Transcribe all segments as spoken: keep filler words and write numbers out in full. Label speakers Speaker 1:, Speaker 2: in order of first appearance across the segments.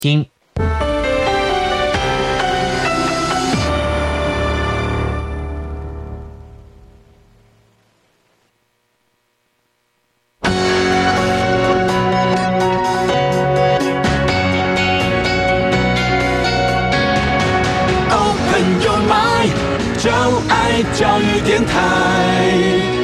Speaker 1: 听。
Speaker 2: 就爱教育电台。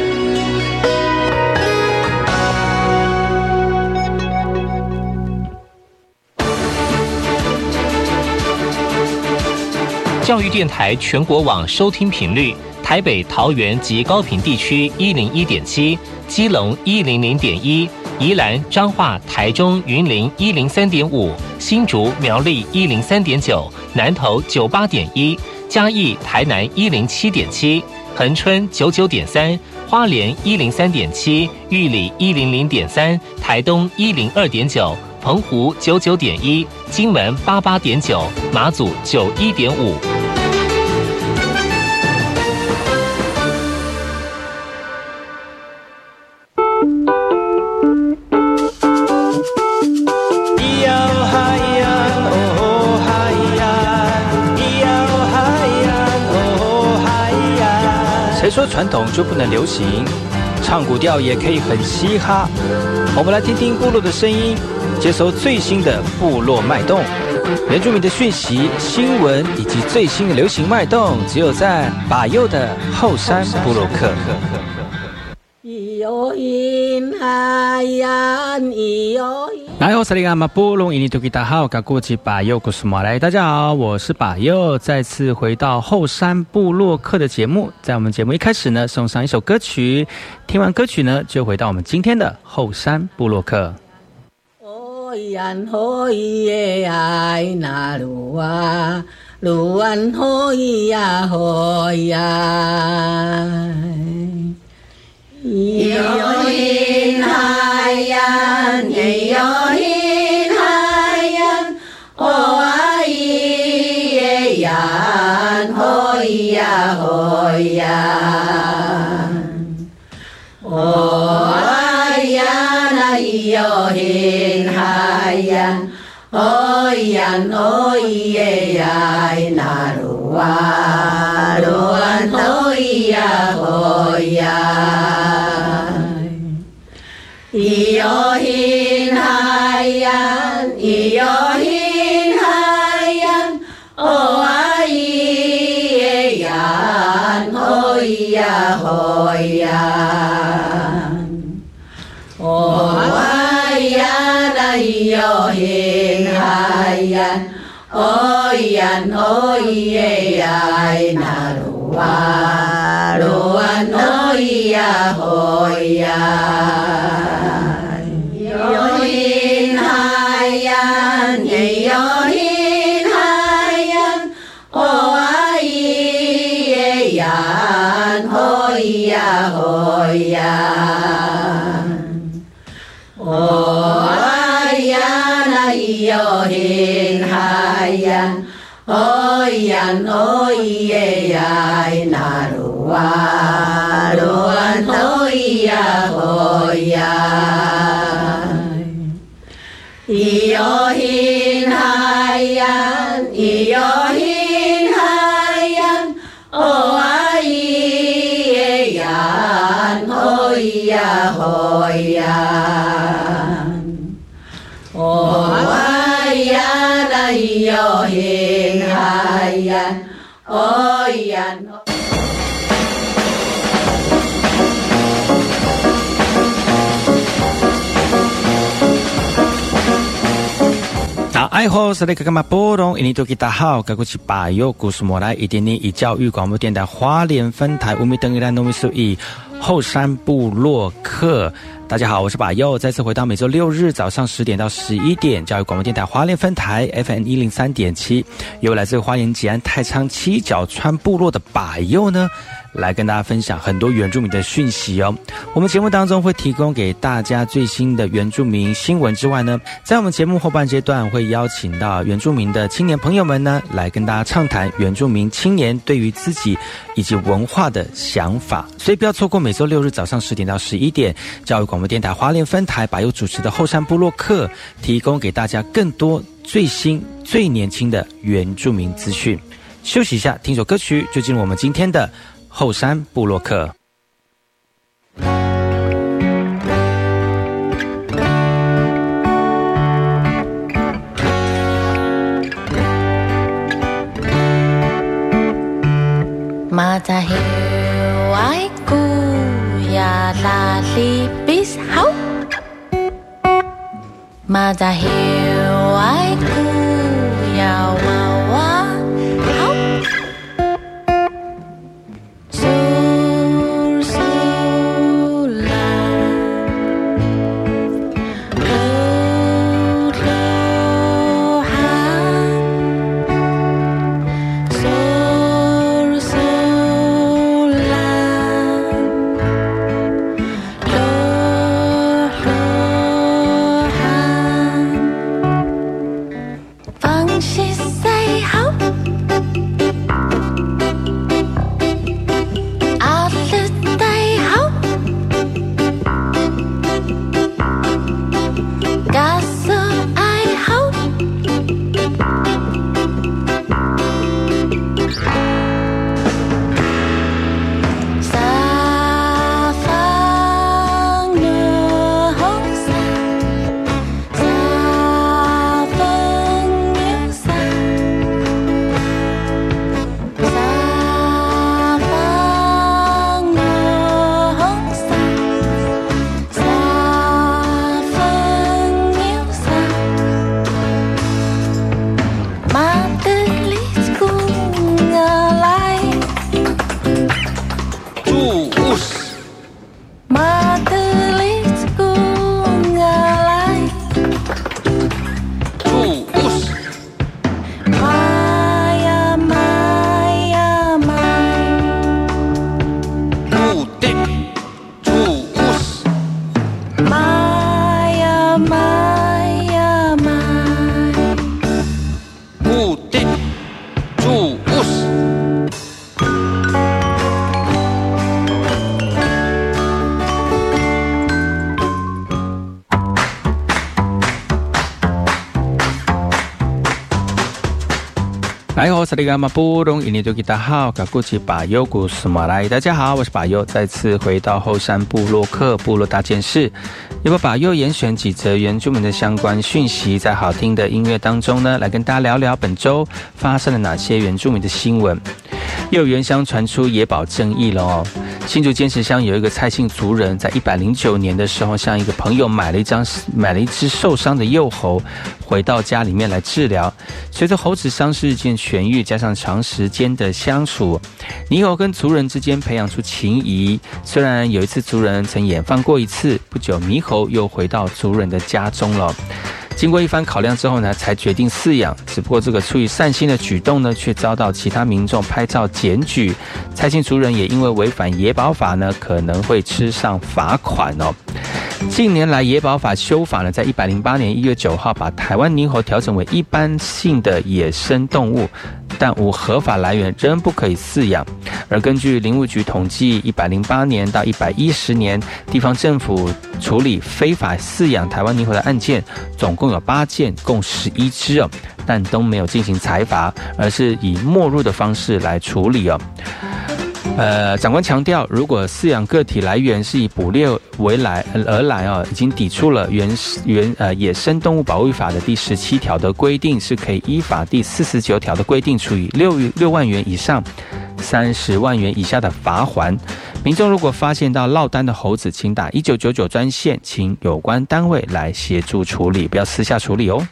Speaker 1: 教育电台全国网收听频率：台北、桃园及高屏地区一零一点七，基隆一零零点一，宜兰、彰化、台中、云林一零三点五，新竹、苗栗一零三点九，南投九八点一。嘉义、台南一零七点七，恒春九九点三，花莲一零三点七，玉里一零零点三，台东一零二点九，澎湖九九点一，金门八八点九，马祖九一点五。
Speaker 3: 谁说传统就不能流行？唱古调也可以很嘻哈。我们来听听部落的声音，接收最新的部落脉动、原住民的讯息、新闻以及最新的流行脉动，只有在把右的后山部落客。来，我是那个马布隆伊尼图吉达好，嘎古吉巴佑古苏马来，大家好，我是巴佑，再次回到后山部落客的节目。在我们节目一开始呢，送上一首歌曲，听完歌曲呢，就回到我们今天的后山部落客。
Speaker 4: 哦yan ho ye ai na lua luan ho ya ho ya Yohin hayan, yohin hayan, oai yan, hoya hoyan, oai yan, yohin hayan, oyan oye yan, narua, ruan hoya hoyan. Iyohin hayan, iyohin hayan, oai yan, hoya hoyan. Oai yan, iyohin hayan, oyan oye yan, narua, ruan oya hoyan. Yohin hayan, yohin hayan, oai yan, hoya hoyan. Oai yan, yohin hayan, oyan oye yan, narua, ruan hoya hoyan. Iyohin hayan, iyohin hayan, oai yan, hoya hoyan. Oai yan, iyohin hayan, oyan.
Speaker 3: 爱好是那个嘛波隆，印尼多吉大好，该过去把右故事莫来一点点以教育广播电台花莲分台五米等一兰农民数以后山部落客。大家好，我是把右，再次回到每周六日早上十点到十一点，教育广播电台花莲分台 F M 一零三点七，由来自花莲吉安太仓七角川部落的把右呢，来跟大家分享很多原住民的讯息哦。我们节目当中会提供给大家最新的原住民新闻之外呢，在我们节目后半阶段会邀请到原住民的青年朋友们呢，来跟大家畅谈原住民青年对于自己以及文化的想法。所以不要错过每周六日早上十点到十一点，教育广播电台花莲分台把由主持的后山部落客，提供给大家更多最新最年轻的原住民资讯。休息一下，听首歌曲，就进入我们今天的后山部落客。
Speaker 5: Matahewai ku ya lalipis hau Matahewai ku ya wawa hau Sur sula Lo loha Sur sula Lo loha Vang shi say hau
Speaker 3: 来好，萨利伽马布隆印尼多吉达好，卡古奇巴尤古斯马来，大家好，我是巴尤，再次回到后山部落客部落大件事，也把巴尤严选几则原住民的相关讯息，在好听的音乐当中呢，来跟大家聊聊本周发生了哪些原住民的新闻。又有原乡传出野保争议了哦。新竹尖石乡有一个蔡姓族人，在一百零九年的时候，向一个朋友买了一张买了一只受伤的幼猴，回到家里面来治疗。随着猴子伤势渐痊愈，加上长时间的相处，猕猴跟族人之间培养出情谊。虽然有一次族人曾演放过一次，不久猕猴又回到族人的家中了。经过一番考量之后呢，才决定饲养。只不过这个出于善心的举动呢，却遭到其他民众拍照检举。蔡姓族人也因为违反野保法呢，可能会吃上罚款哦。近年来，野保法修法呢，在一百零八年一月九号把台湾猕猴调整为一般性的野生动物，但无合法来源，仍不可以饲养。而根据林务局统计，一百零八年到一百一十年，地方政府处理非法饲养台湾猕猴的案件，总共有八件，共十一只哦，但都没有进行裁罚，而是以没入的方式来处理哦。呃，长官强调，如果饲养个体来源是以捕猎为来而来哦，已经抵触了原原呃野生动物保护法的第十七条的规定，是可以依法第四十九条的规定，处以六六万元以上三十万元以下的罚锾。民众如果发现到落单的猴子，请打一九九九专线，请有关单位来协助处理，不要私下处理哦。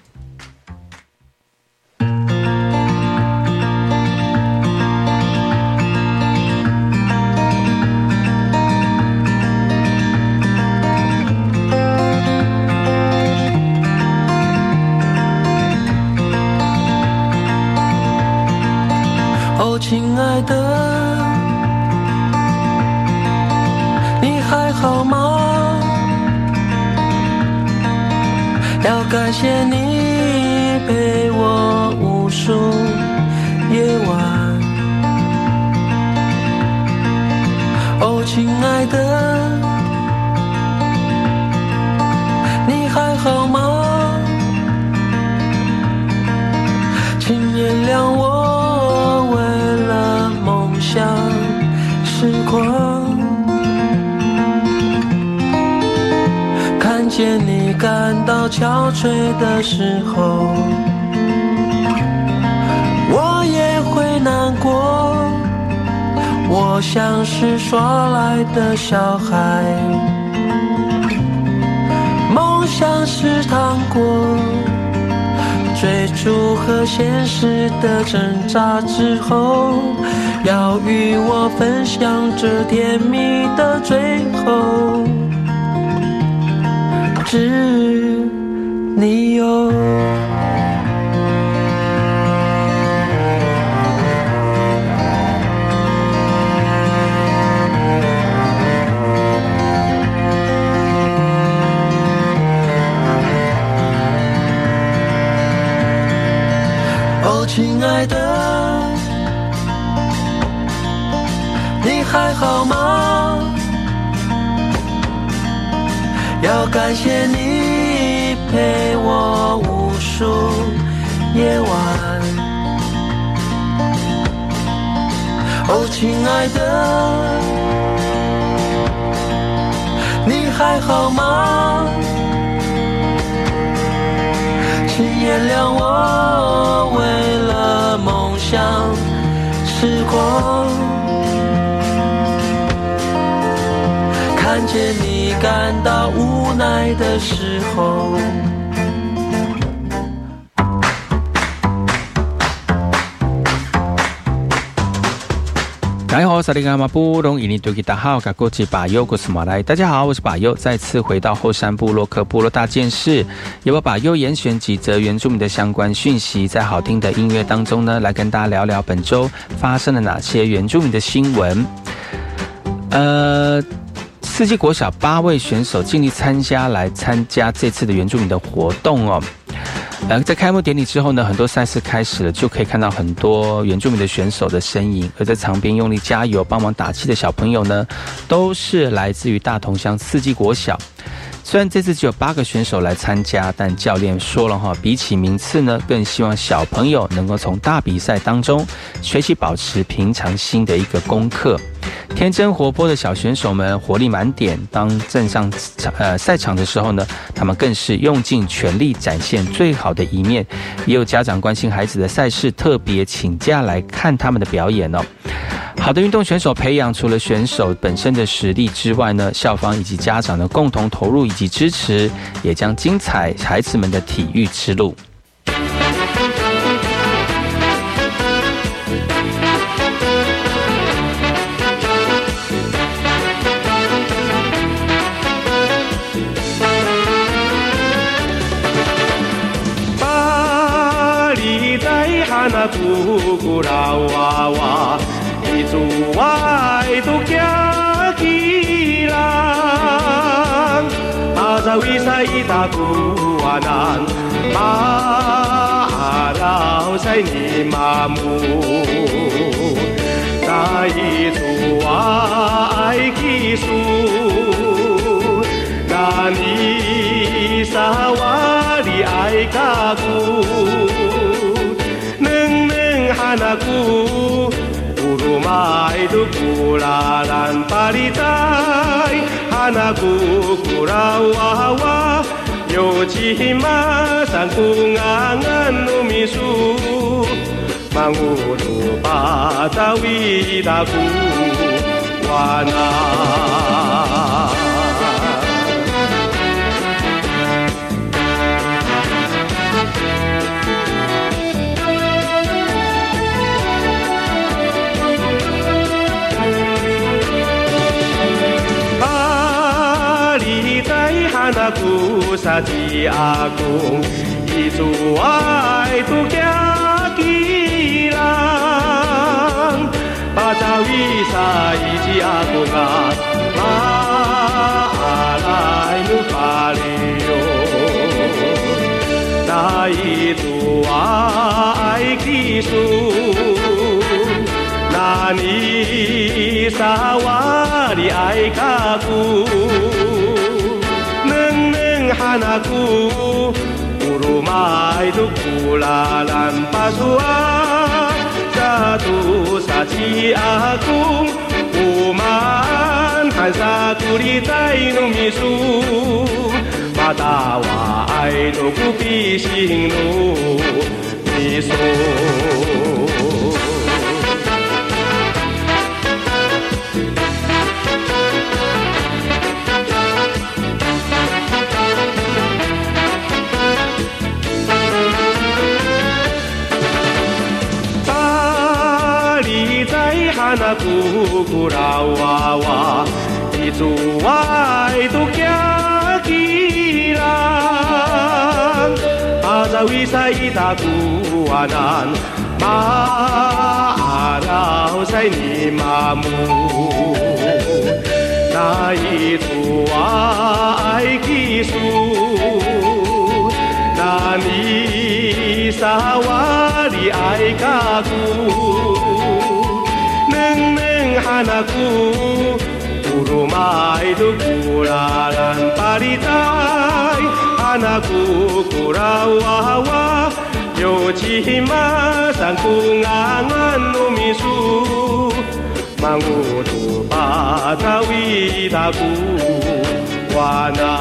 Speaker 6: 亲爱的，你还好吗？要感谢你陪我无数夜晚。哦，亲爱的，你还好吗？ 原谅我为了梦想痴狂，看见你感到憔悴的时候，我也会难过。我像是耍赖的小孩，梦想是糖果，追逐和现实的挣扎之后，要与我分享这甜蜜的最后，只你有亲爱的，你还好吗？要感谢你陪我无数夜晚。哦，亲爱的，你还好吗？请原谅我为了梦想痴狂，看见你感到无奈的时候。
Speaker 3: 大家好，萨利伽马布隆伊尼多吉达好，嘎过去巴尤古斯马来。大家好，我是巴尤，再次回到后山部落克部落大件事，也把巴尤严选几则原住民的相关讯息，在好听的音乐当中呢，来跟大家聊聊本周发生了哪些原住民的新闻。呃，四季国小八位选手尽力参加来参加这次的原住民的活动哦。呃，在开幕典礼之后呢，很多赛事开始了，就可以看到很多原住民的选手的身影。而在场边用力加油、帮忙打气的小朋友呢，都是来自于大同乡四季国小。虽然这次只有八个选手来参加，但教练说了哈，比起名次呢，更希望小朋友能够从大比赛当中学习保持平常心的一个功课。天真活泼的小选手们活力满点，当站上呃赛场的时候呢，他们更是用尽全力展现最好的一面。也有家长关心孩子的赛事，特别请假来看他们的表演哦。好的运动选手培养，除了选手本身的实力之外呢，校方以及家长的共同投入以及支持，也将精彩孩子们的体育之路。
Speaker 7: 那姑姑老娃娃，一组外都家起人，阿扎维赛伊达古瓦南，马老赛尼马木，那一组外基苏，那尼萨瓦里爱卡古。Anakku urumai du kulalan palitai anakku kurawawa yochima sangkungangan numisu mangudu patawi daku wana Anakku sati aku itu ai tu kya kilang patawi sai ji aku ga malai nu palio na itu ai kisu nani sawari ai kaku Anakku urumai du kulalan pasuan 西阿公，乌曼汉萨古里在努米苏，马达瓦爱努古比心努米苏。那姑姑老娃娃，一组爱都家己人，阿扎维塞达姑阿南，马阿老塞尼玛木，那一组爱基数，那米萨瓦里爱卡姑。Anakku kuruma itu kulalan palitai anakku kurawawa yo cihima sangkungangan numisu mangutu patawi taku wana。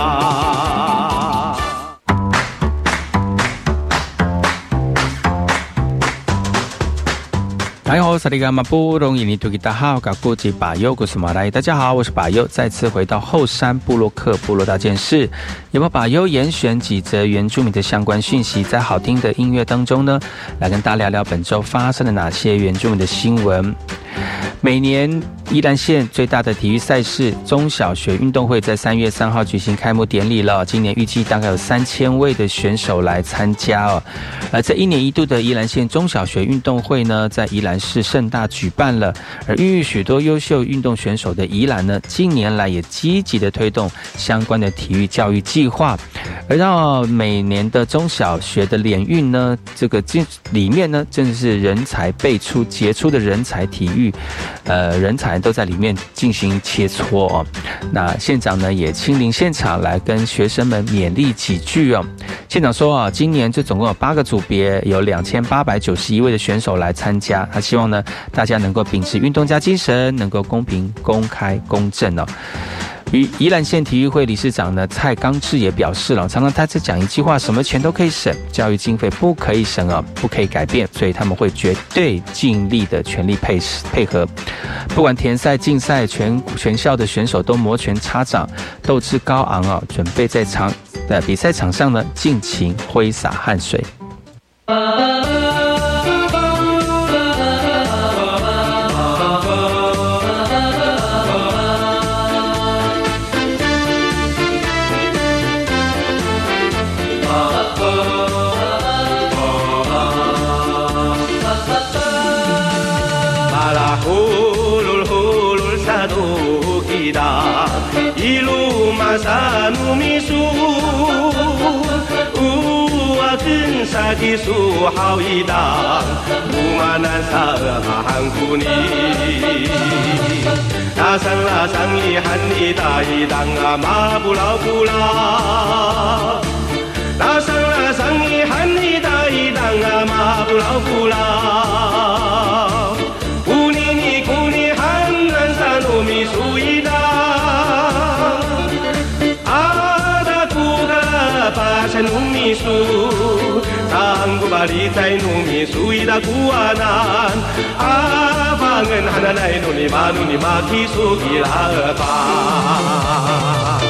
Speaker 3: 大家好，萨利嘎马布隆伊尼图吉达好，嘎古吉巴尤古斯马来。大家好，我是巴尤，再次回到后山部落克部落大件事。有没有巴尤严选几则原住民的相关讯息，在好听的音乐当中呢，来跟大家聊聊本周发生了哪些原住民的新闻。每年宜兰县最大的体育赛事中小学运动会在三月三号举行开幕典礼了，今年预计大概有三千位的选手来参加哦。而这一年一度的宜兰县中小学运动会呢，在宜兰市盛大举办了，而孕育许多优秀运动选手的宜兰呢，近年来也积极的推动相关的体育教育计划，而到每年的中小学的联运呢，这个里面呢，正是人才辈出，杰出的人才体育。呃，人才都在里面进行切磋哦。那县长呢也亲临现场来跟学生们勉励几句哦。县长说啊，今年这总共有八个组别，有两千八百九十一位的选手来参加。他希望呢大家能够秉持运动家精神，能够公平、公开、公正哦。宜宜兰县体育会理事长呢蔡刚志也表示了，常常他在讲一句话，什么钱都可以省，教育经费不可以省啊，不可以改变，所以他们会绝对尽力的全力配配合，不管田赛、竞赛，全全校的选手都摩拳擦掌，斗志高昂啊，准备在场的比赛场上呢尽情挥洒汗水。Saki su hau idang Umanan sa hangkuni Lasang lasang ihan ida idang ama pulau pulau Lasang lasang ihan ida idang ama pulau pulau Kunini kuni hanan sa numi su idang Ada kuga pasan numi su Tanggu bali tay numi suida kuanan Abangan hananay nuni manuni makisugilapa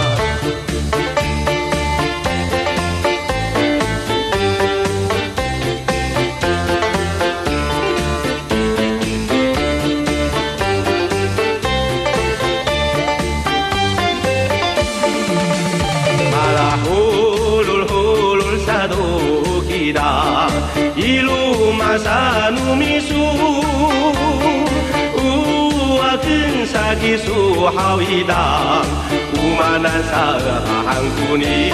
Speaker 3: Sa numisu Uakin saki su hau idang Umanan sa hangkuni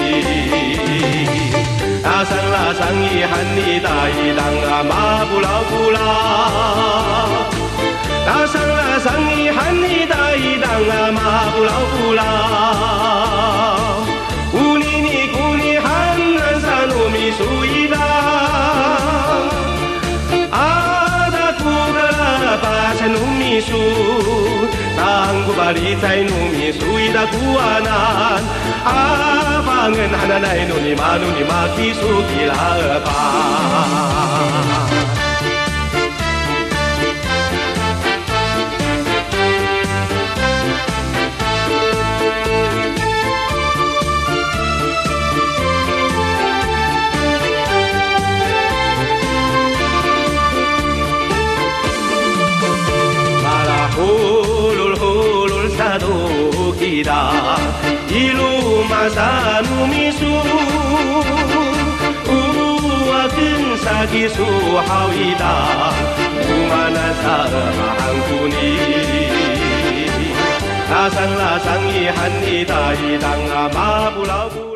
Speaker 3: Lasang lasang ihan ida idang ama pulau pulau Lasang lasang ihan ida idang ama pulau pulau Unini kuni hanan sa numisu idang Ada kuga pasan
Speaker 7: misu Sanggup bali tay numi suida kuanan Abangan hananay nuni manuni makisukilapan Hulul-hulul satu kita Ilu masa numisu Uwakin sagi suhawida Umana sarang kuni Lasang-lasang ihan idang ama pulau-pulau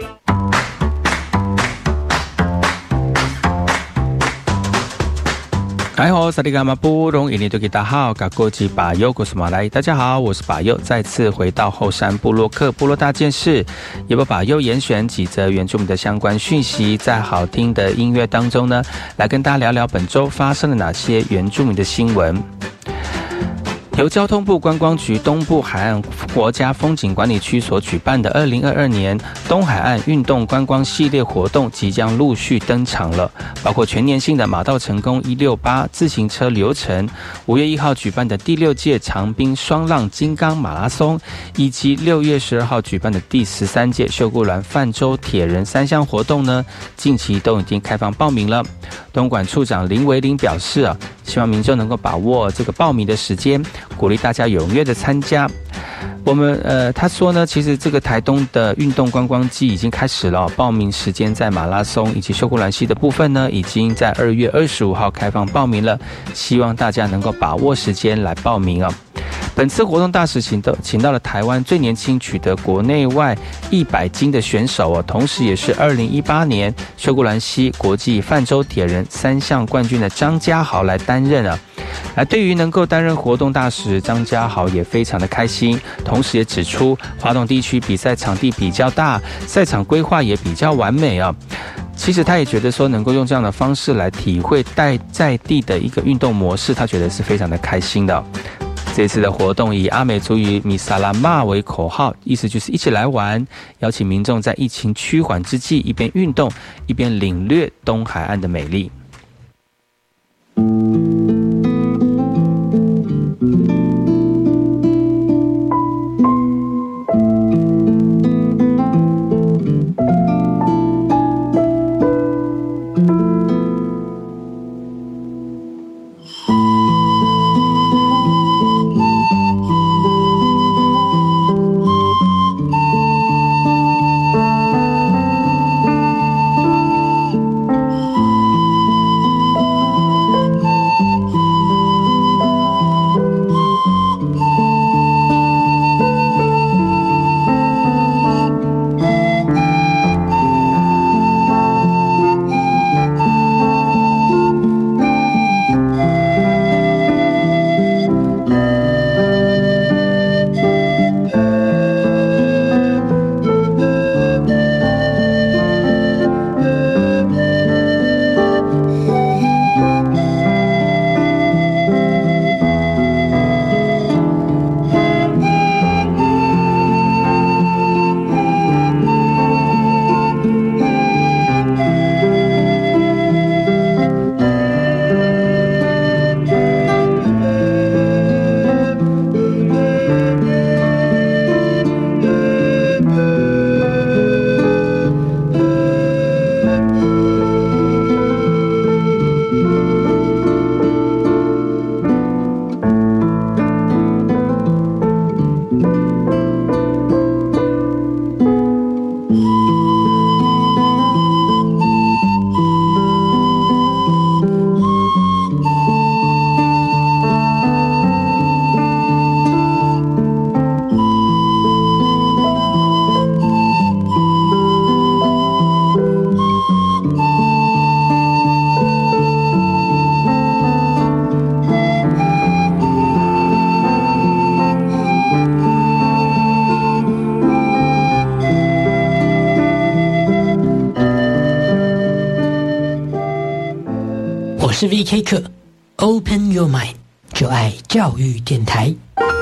Speaker 3: 哎吼，萨利嘎马布隆伊尼多吉达好，嘎过吉巴尤古斯马来，大家好，我是巴尤，再次回到后山部落客部落大件事，也把巴尤严选几则原住民的相关讯息，在好听的音乐当中呢，来跟大家聊聊本周发生了哪些原住民的新闻。由交通部观光局东部海岸国家风景管理区所举办的二零二二年东海岸运动观光系列活动即将陆续登场了，包括全年性的马到成功一六八自行车流程，五月一号举办的第六届长滨双浪金刚马拉松，以及六月十二号举办的第十三届秀姑峦泛舟铁人三项活动呢，近期都已经开放报名了。东管处长林维林表示啊，希望民众能够把握这个报名的时间，鼓励大家踊跃的参加。我们呃，他说呢，其实这个台东的运动观光季已经开始了，报名时间在马拉松以及秀姑峦溪的部分呢，已经在二月二十五号开放报名了，希望大家能够把握时间来报名啊。本次活动大使请到请到了台湾最年轻取得国内外一百金的选手哦，同时也是二零一八年秀姑峦溪国际泛舟铁人三项冠军的张家豪来担任啊。而对于能够担任活动大使，张家豪也非常的开心，同时也指出，花东地区比赛场地比较大，赛场规划也比较完美啊。其实他也觉得说，能够用这样的方式来体会在在地的一个运动模式，他觉得是非常的开心的。这次的活动以阿美族语米萨拉玛为口号，意思就是一起来玩，邀请民众在疫情趋缓之际，一边运动，一边领略东海岸的美丽。
Speaker 8: 是 V K 课 Open Your Mind， 就爱教育电台。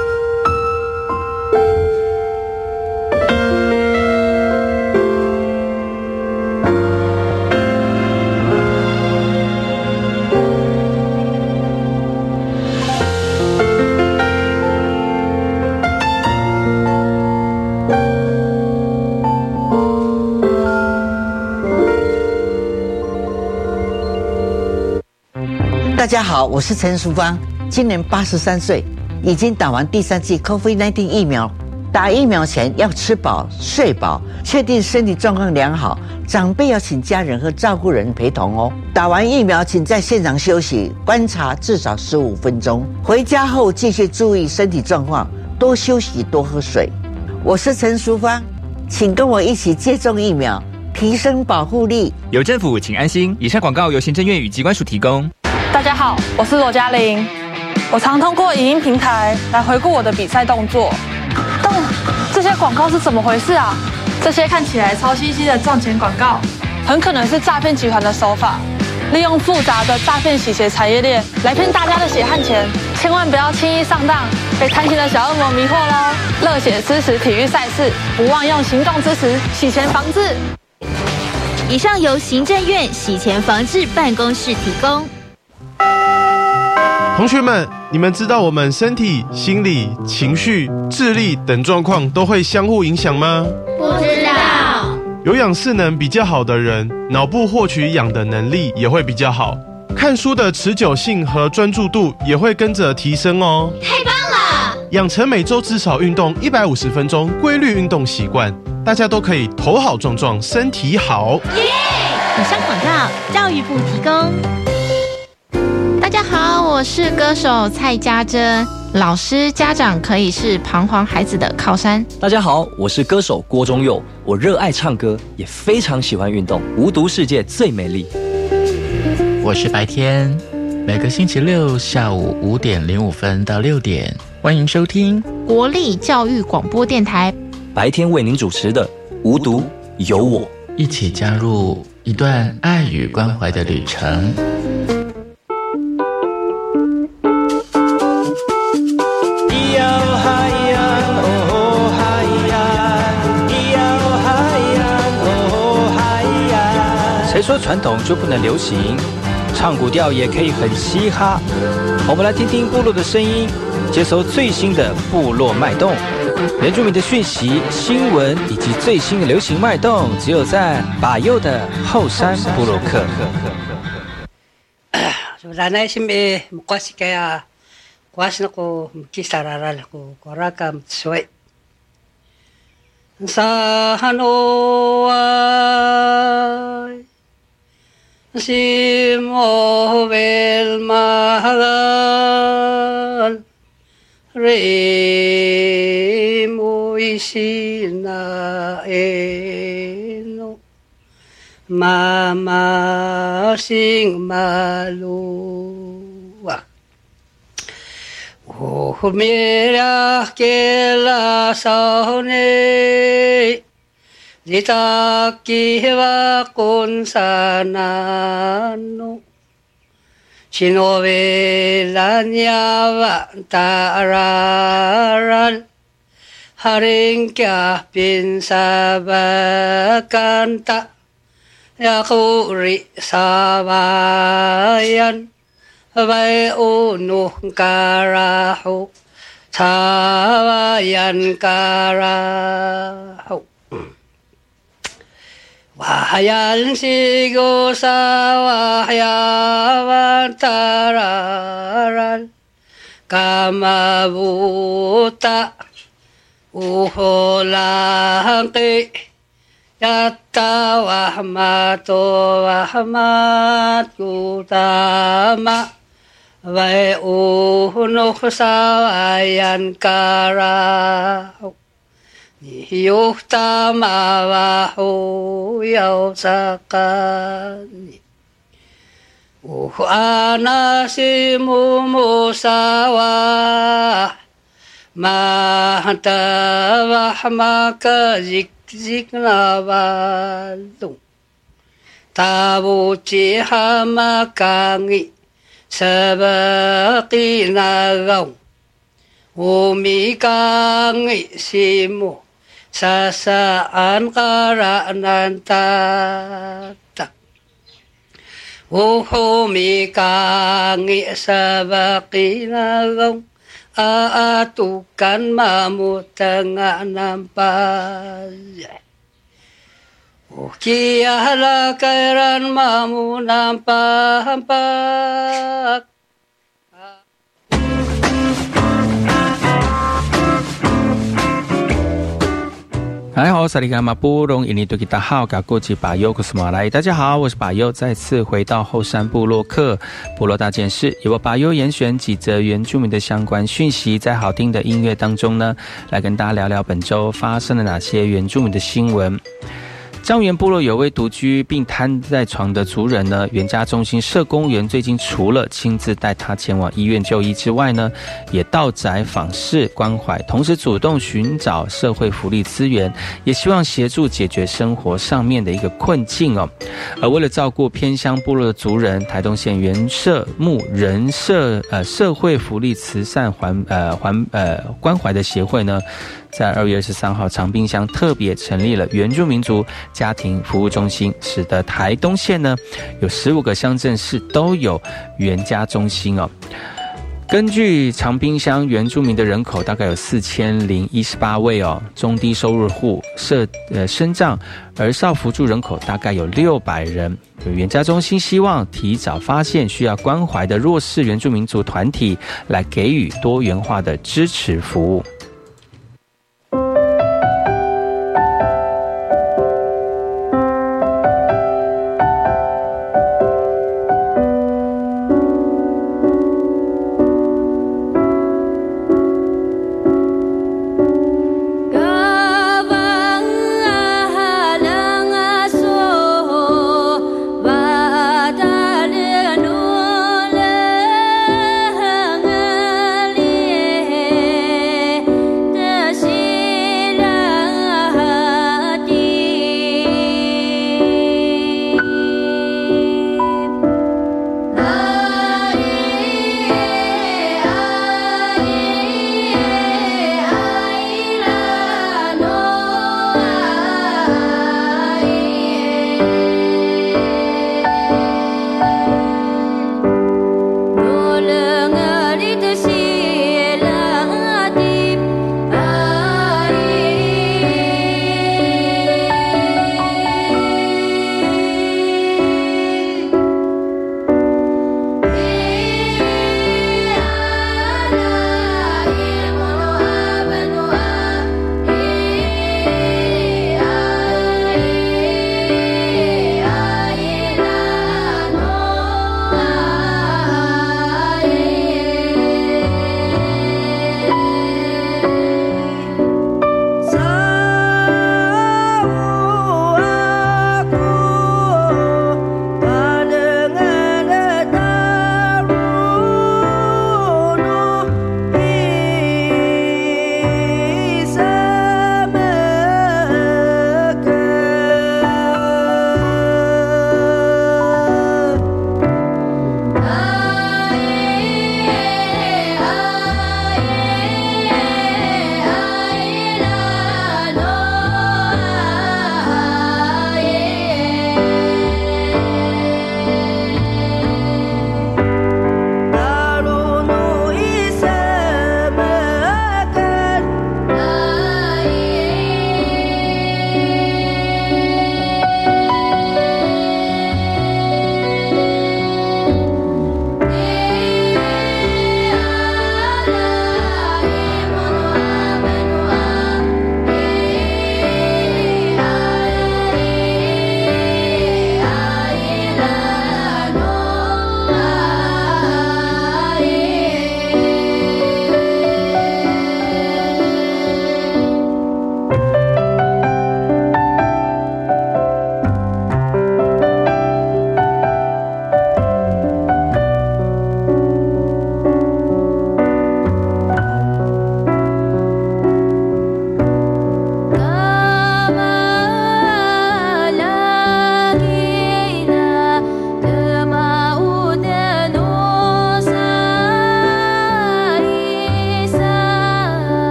Speaker 9: 大家好，我是陈淑芳，今年八十三岁，已经打完第三剂 COVID 十九 疫苗。打疫苗前要吃饱睡饱，确定身体状况良好，长辈要请家人和照顾人陪同哦。打完疫苗请在现场休息观察至少十五分钟，回家后继续注意身体状况，多休息多喝水。我是陈淑芳，请跟我一起接种疫苗，提升保护力。
Speaker 10: 有政府请安心。以上广告由行政院与疾管署提供。
Speaker 11: 大家好，我是罗嘉玲。我常通过影音平台来回顾我的比赛动作，但这些广告是怎么回事啊？这些看起来超稀稀的赚钱广告，很可能是诈骗集团的手法，利用复杂的诈骗洗钱产业链来骗大家的血汗钱，千万不要轻易上当，被贪心的小恶魔迷惑喽！热血支持体育赛事，不忘用行动支持洗钱防治。
Speaker 12: 以上由行政院洗钱防治办公室提供。
Speaker 13: 同学们，你们知道我们身体、心理、情绪、智力等状况都会相互影响吗？
Speaker 12: 不知道。
Speaker 13: 有氧势能比较好的人，脑部获取氧的能力也会比较好，看书的持久性和专注度也会跟着提升哦。
Speaker 12: 太棒了！
Speaker 13: 养成每周至少运动一百五十分钟规律运动习惯，大家都可以头好壮壮，身体好。
Speaker 12: 耶！以上广告，教育部提供。
Speaker 14: 大家好，我是歌手蔡家珍。老师、家长可以是彷徨孩子的靠山。
Speaker 15: 大家好，我是歌手郭宗佑。我热爱唱歌，也非常喜欢运动。无毒世界最美丽。
Speaker 16: 我是白天，每个星期六下午五点零五分到六点，欢迎收听
Speaker 14: 国立教育广播电台。
Speaker 15: 白天为您主持的无毒有我，
Speaker 16: 一起加入一段爱与关怀的旅程。
Speaker 3: 谁说传统就不能流行？唱古调也可以很嘻哈。我们来听听部落的声音，接收最新的部落脉动、原住民的讯息、新闻以及最新的流行脉动，只有在巴佑的后山部落克。
Speaker 17: Ranai simi mukwasi kaya kuas na ko kisararal ko koraka mtsoi. Sa Hanoi si movel mahal re mo isina eno mama sing maluwa oh mira que la saone Dita kiwa con sanano Chinovela nyava tararal Haring kya pinsabakanta Yakuri sabayan Bay unuh karaho Sabayan karaho Wahayan sigo sa wahyawan tararal Kamabuta uholangki Yatta wahmato wahmat utama Vai unuh sawayan karaho Niyuh tamawahu yaw sakani Uh anasimu musawah Mahtawah maka zik-zik nawalu Tabuci hamakangi sabaqinagaw umikang isimu sa saan karaanan tata umikang sabaqinagaw aatukan mamutang nampay Kiahala kairan mamu nampak
Speaker 3: 大家好，萨利嘎马布隆，印尼多吉达好，嘎古吉巴尤古斯马来。大家好，我是巴尤，再次回到后山部落客部落大件事，由我巴尤严选几则原住民的相关讯息，在好听的音乐当中呢，来跟大家聊聊本周发生了哪些原住民的新闻。张原部落有位独居并瘫在床的族人呢，原家中心社工员最近除了亲自带他前往医院就医之外呢，也到宅访视关怀，同时主动寻找社会福利资源，也希望协助解决生活上面的一个困境哦。而为了照顾偏乡部落的族人，台东县原社牧人社呃社会福利慈善环呃环呃关怀的协会呢，在二月二十三号长滨乡特别成立了原住民族家庭服务中心，使得台东县呢有十五个乡镇市都有原家中心哦。根据长滨乡原住民的人口大概有四千零一十八位哦，中低收入户社呃身障儿少扶助人口大概有六百人。原家中心希望提早发现需要关怀的弱势原住民族团体，来给予多元化的支持服务。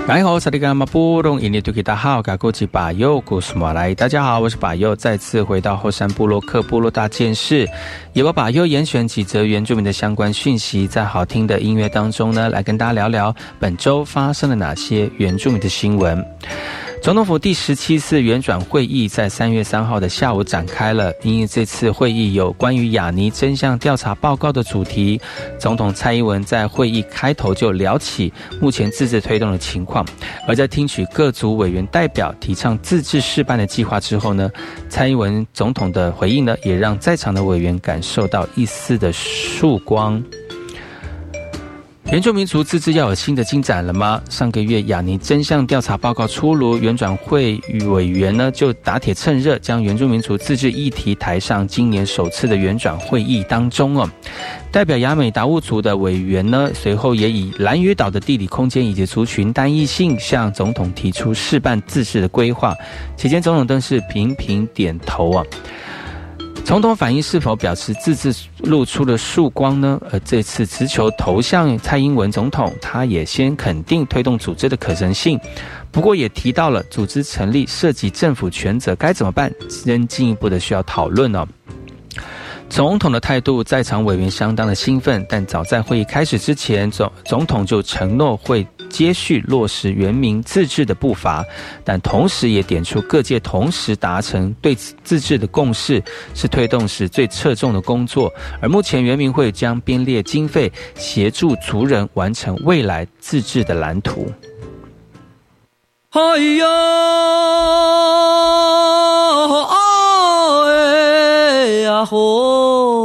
Speaker 3: 大家好，萨利格马布隆印尼多吉达好，嘎古吉巴尤古斯马来。大家好，我是巴尤，再次回到后山部落克部落大件事，也把巴尤严选几则原住民的相关讯息，在好听的音乐当中呢，来跟大家聊聊本周发生了哪些原住民的新闻。总统府第十七次原转会议在三月三号的下午展开了，因为这次会议有关于雅尼真相调查报告的主题，总统蔡英文在会议开头就聊起目前自治推动的情况，而在听取各族委员代表提倡自治事办的计划之后呢，蔡英文总统的回应呢，也让在场的委员感受到一丝的曙光。原住民族自治要有新的进展了吗？上个月雅尼真相调查报告出炉，原转会委员呢就打铁趁热，将原住民族自治议题抬上今年首次的原转会议当中哦。代表雅美达悟族的委员呢，随后也以兰屿岛的地理空间以及族群单一性，向总统提出事办自治的规划。期间总统更是频频点头啊。总统反映是否表示自治露出了曙光呢？而这次直球投向蔡英文总统，他也先肯定推动组织的可行性，不过也提到了组织成立涉及政府权责该怎么办，仍进一步的需要讨论哦。总统的态度，在场委员相当的兴奋，但早在会议开始之前，总总统就承诺会接续落实原民自治的步伐，但同时也点出各界同时达成对自治的共识是推动时最侧重的工作，而目前原民会将编列经费协助族人完成未来自治的蓝图。
Speaker 6: 哎呀，哎呀吼！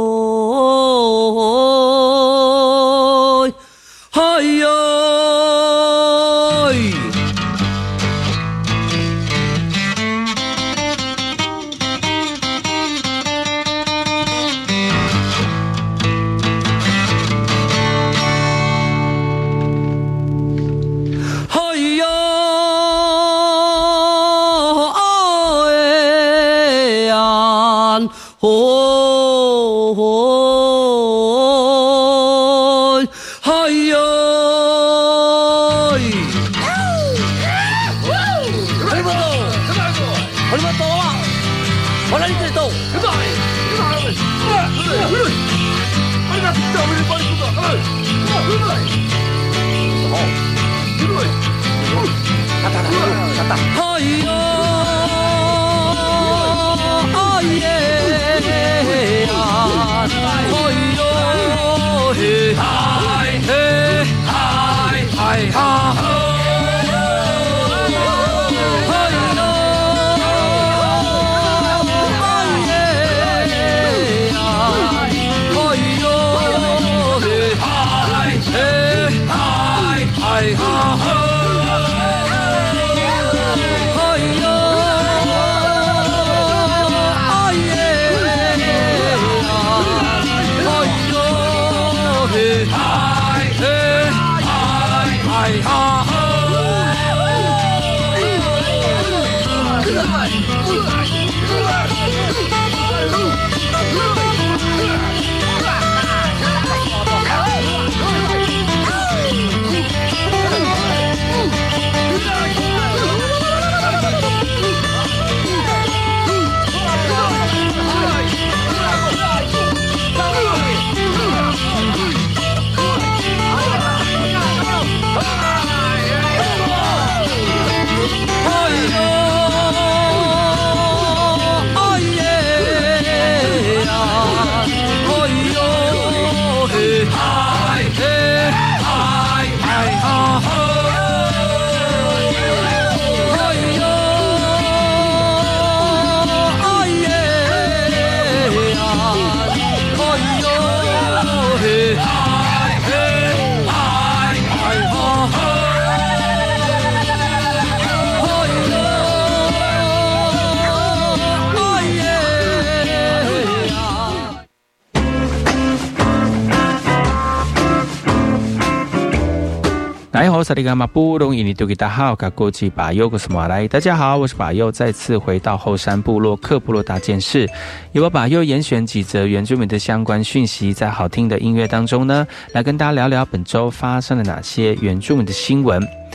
Speaker 3: 大家好，萨利格马布隆印尼多吉达好，嘎古吉巴尤古斯马来。大家好，我是巴尤，再次回到后山部落克部落大件事，由我巴尤严选几则原住民的相关讯息，在好听的音乐当中呢，来跟大家聊聊本周发生了哪些原住民的新闻。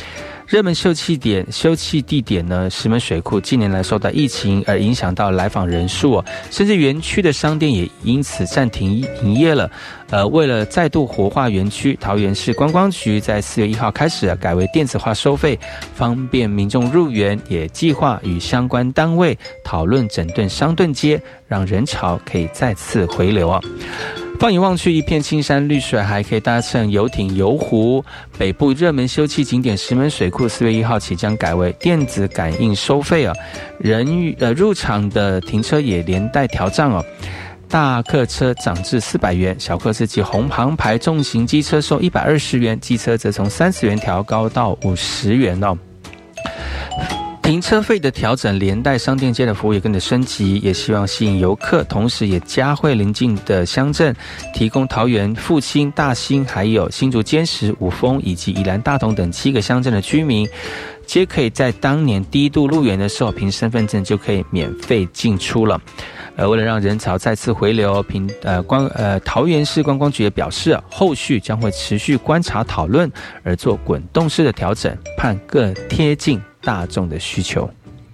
Speaker 3: 热门休憩点休憩地点呢，石门水库近年来受到疫情而影响到来访人数哦，甚至园区的商店也因此暂停营业了。呃，为了再度活化园区，桃园市观光局在四月一号开始、啊、改为电子化收费，方便民众入园，也计划与相关单位讨论整顿商顿街，让人潮可以再次回流啊。放眼望去，一片青山绿水，还可以搭乘游艇游湖。北部热门休憩景点石门水库四月一号起将改为电子感应收费啊，人呃入场的停车也连带调涨哦。大客车涨至四百元，小客车及红航牌重型机车收一百二十元，机车则从三十元调高到五十元哦。停车费的调整连带商店街的服务也跟着升级，也希望吸引游客，同时也加惠邻近的乡镇，提供桃园复兴、大兴还有新竹尖石、五峰以及宜兰大同等七个乡镇的居民，皆可以在当年第一度入园的时候凭身份证就可以免费进出了。呃，为了让人潮再次回流，平呃光呃桃园市观光局也表示、啊，后续将会持续观察讨论，而做滚动式的调整，盼更贴近大众的需求。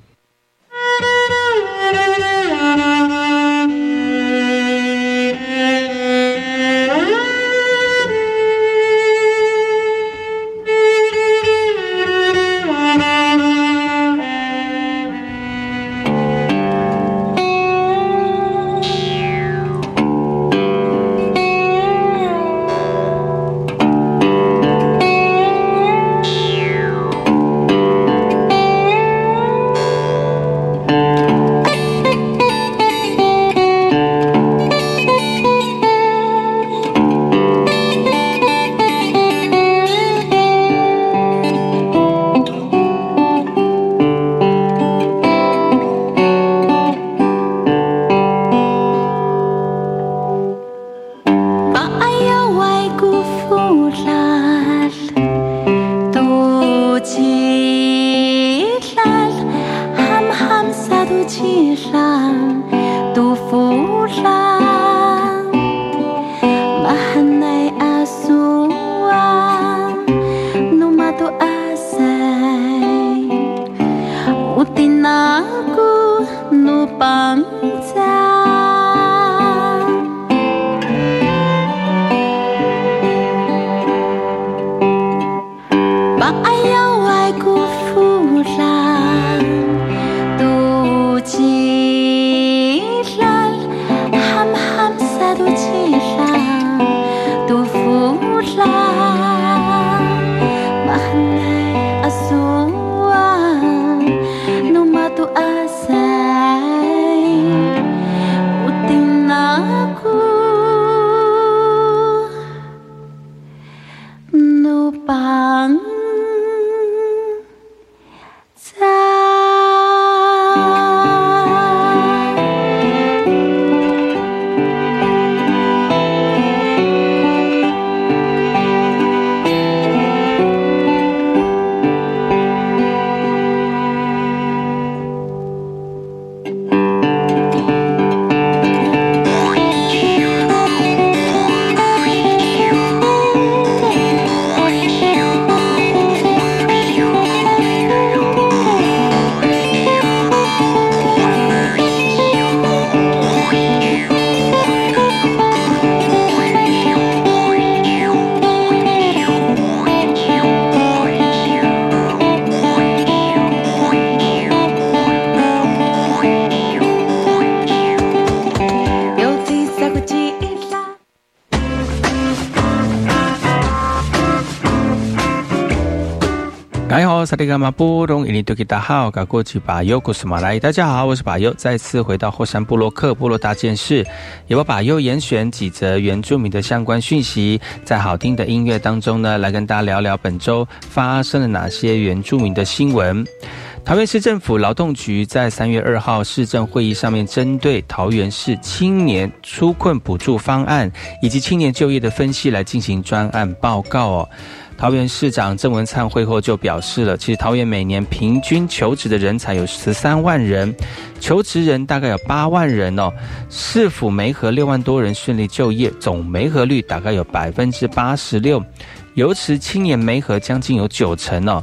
Speaker 3: 萨利伽马布隆伊尼多吉达好，嘎过去巴尤古斯马来，大家好，我是巴尤，再次回到后山部落克部落大件事，也把巴尤严选几则原住民的相关讯息，在好听的音乐当中呢，来跟大家聊聊本周发生了哪些原住民的新闻。桃园市政府劳动局在三月二号市政会议上面，针对桃园市青年纾困补助方案以及青年就业的分析来进行专案报告哦。桃园市长郑文灿会后就表示了，其实桃园每年平均求职的人才有十三万人，求职人大概有八万人哦，市府媒合六万多人顺利就业，总媒合率大概有百分之八十六，尤其青年媒合将近有九成哦。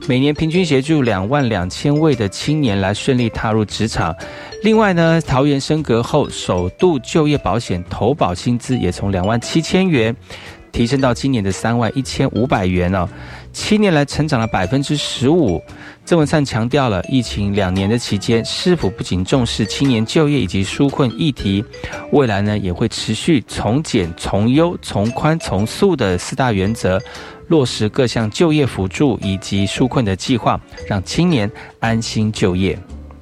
Speaker 3: 每年平均协助两万两千位的青年来顺利踏入职场。另外呢，桃园升格后首度就业保险投保薪资也从两万七千元提升到今年的三万一千五百元哦，七年来成长了百分之十五。郑文灿强调了，疫情两年的期间，市府不仅重视青年就业以及纾困议题，未来呢也会持续从简、从优、从宽、从速的四大原则，落实各项就业辅助以及纾困的计划，让青年安心就业。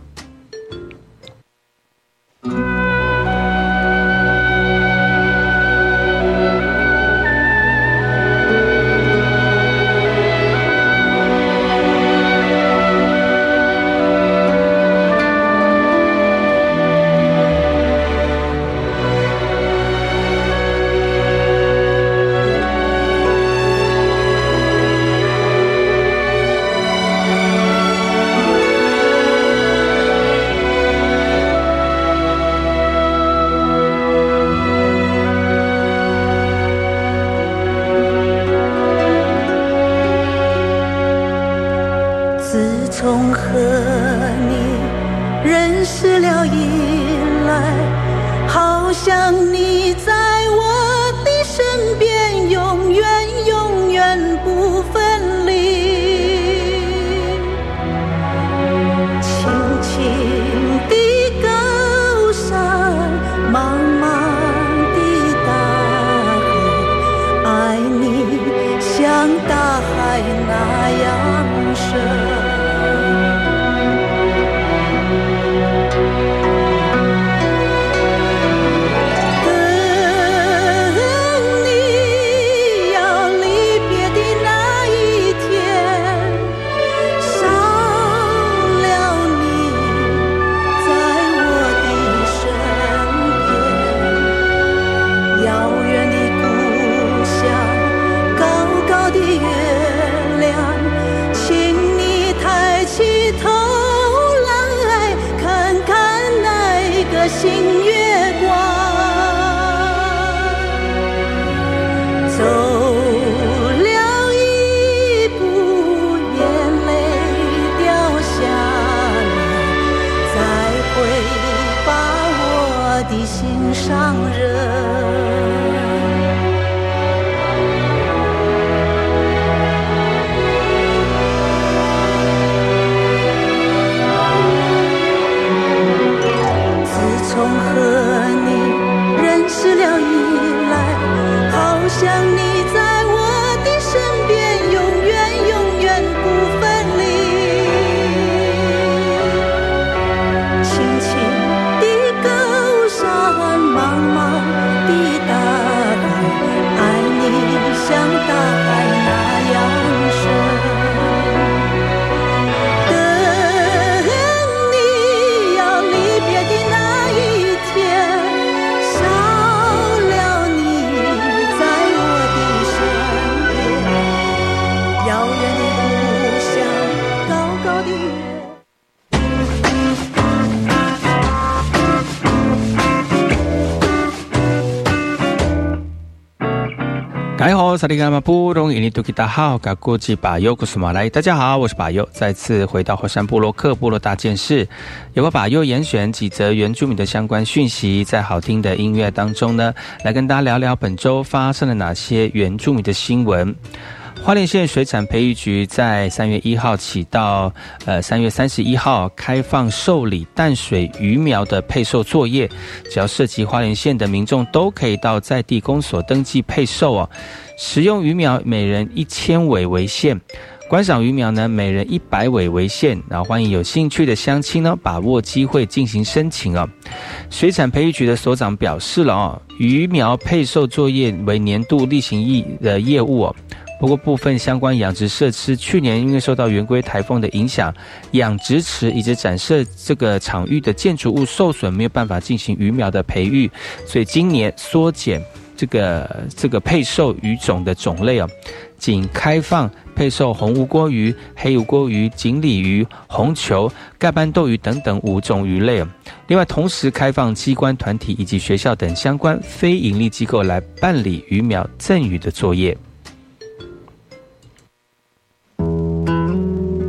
Speaker 3: 萨利卡马布隆伊尼图吉达好，嘎古吉巴尤古苏马来，大家好，我是巴尤，再次回到火山部落克部落大件事，有个巴尤严选几则原住民的相关讯息，在好听的音乐当中呢，来跟大家聊聊本周发生了哪些原住民的新闻。花莲县水产培育局在三月一号起到呃三月三十一号开放受理淡水鱼苗的配售作业，只要涉及花莲县的民众都可以到在地公所登记配售哦。食用鱼苗每人一千尾为限，观赏鱼苗呢每人一百尾为限，然后欢迎有兴趣的乡亲呢把握机会进行申请哦。水产培育局的所长表示了哦，鱼苗配售作业为年度例行业的业务哦。不过部分相关养殖设施去年因为受到圆规台风的影响，养殖池以及展示这个场域的建筑物受损，没有办法进行鱼苗的培育，所以今年缩减这个这个配售鱼种的种类哦，仅开放配售红无锅鱼、黑无锅鱼、锦鲤鱼、红球、盖斑斗鱼等等五种鱼类哦。另外，同时开放机关团体以及学校等相关非营利机构来办理鱼苗赠予的作业。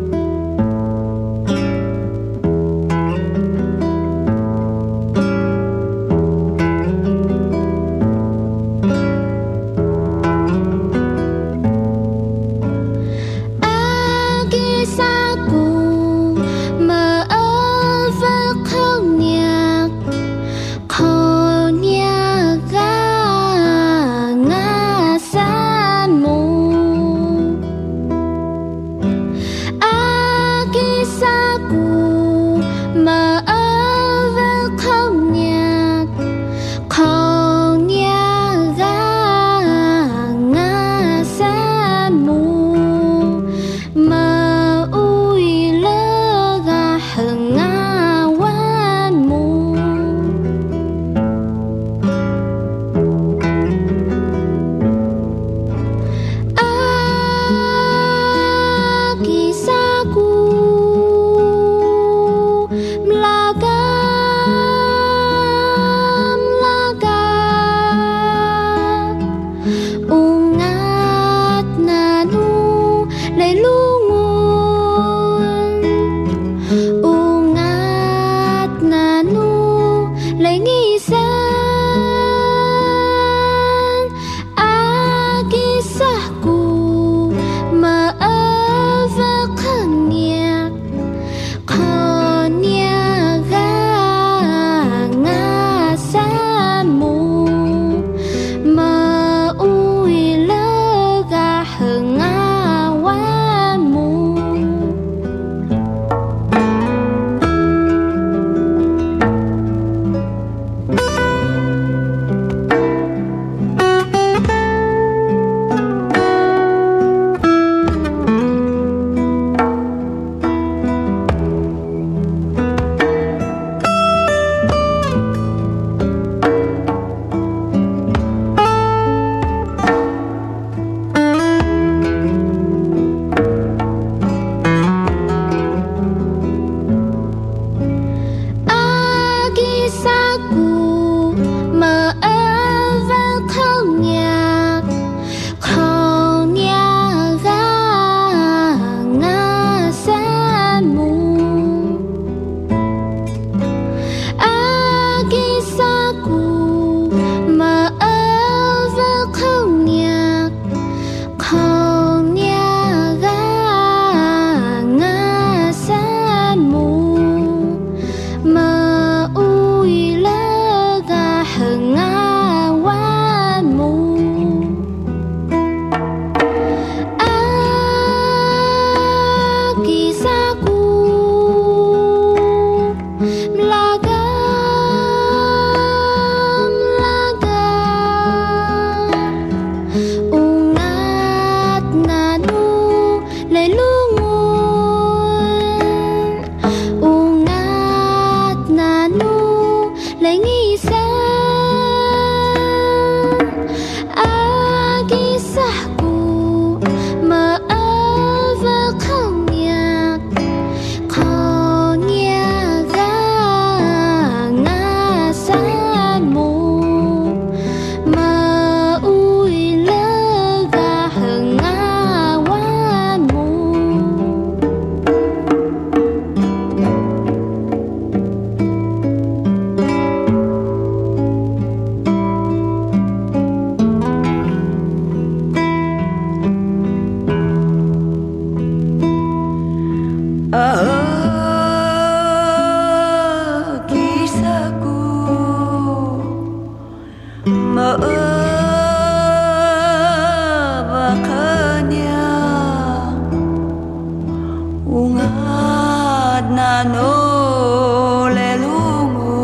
Speaker 4: nano lelungo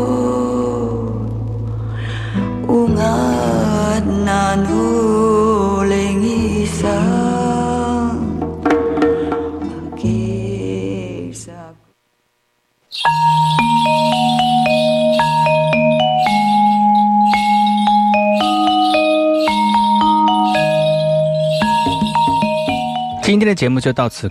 Speaker 4: ungat nano lengisang kisah.
Speaker 3: 今天的节目就到此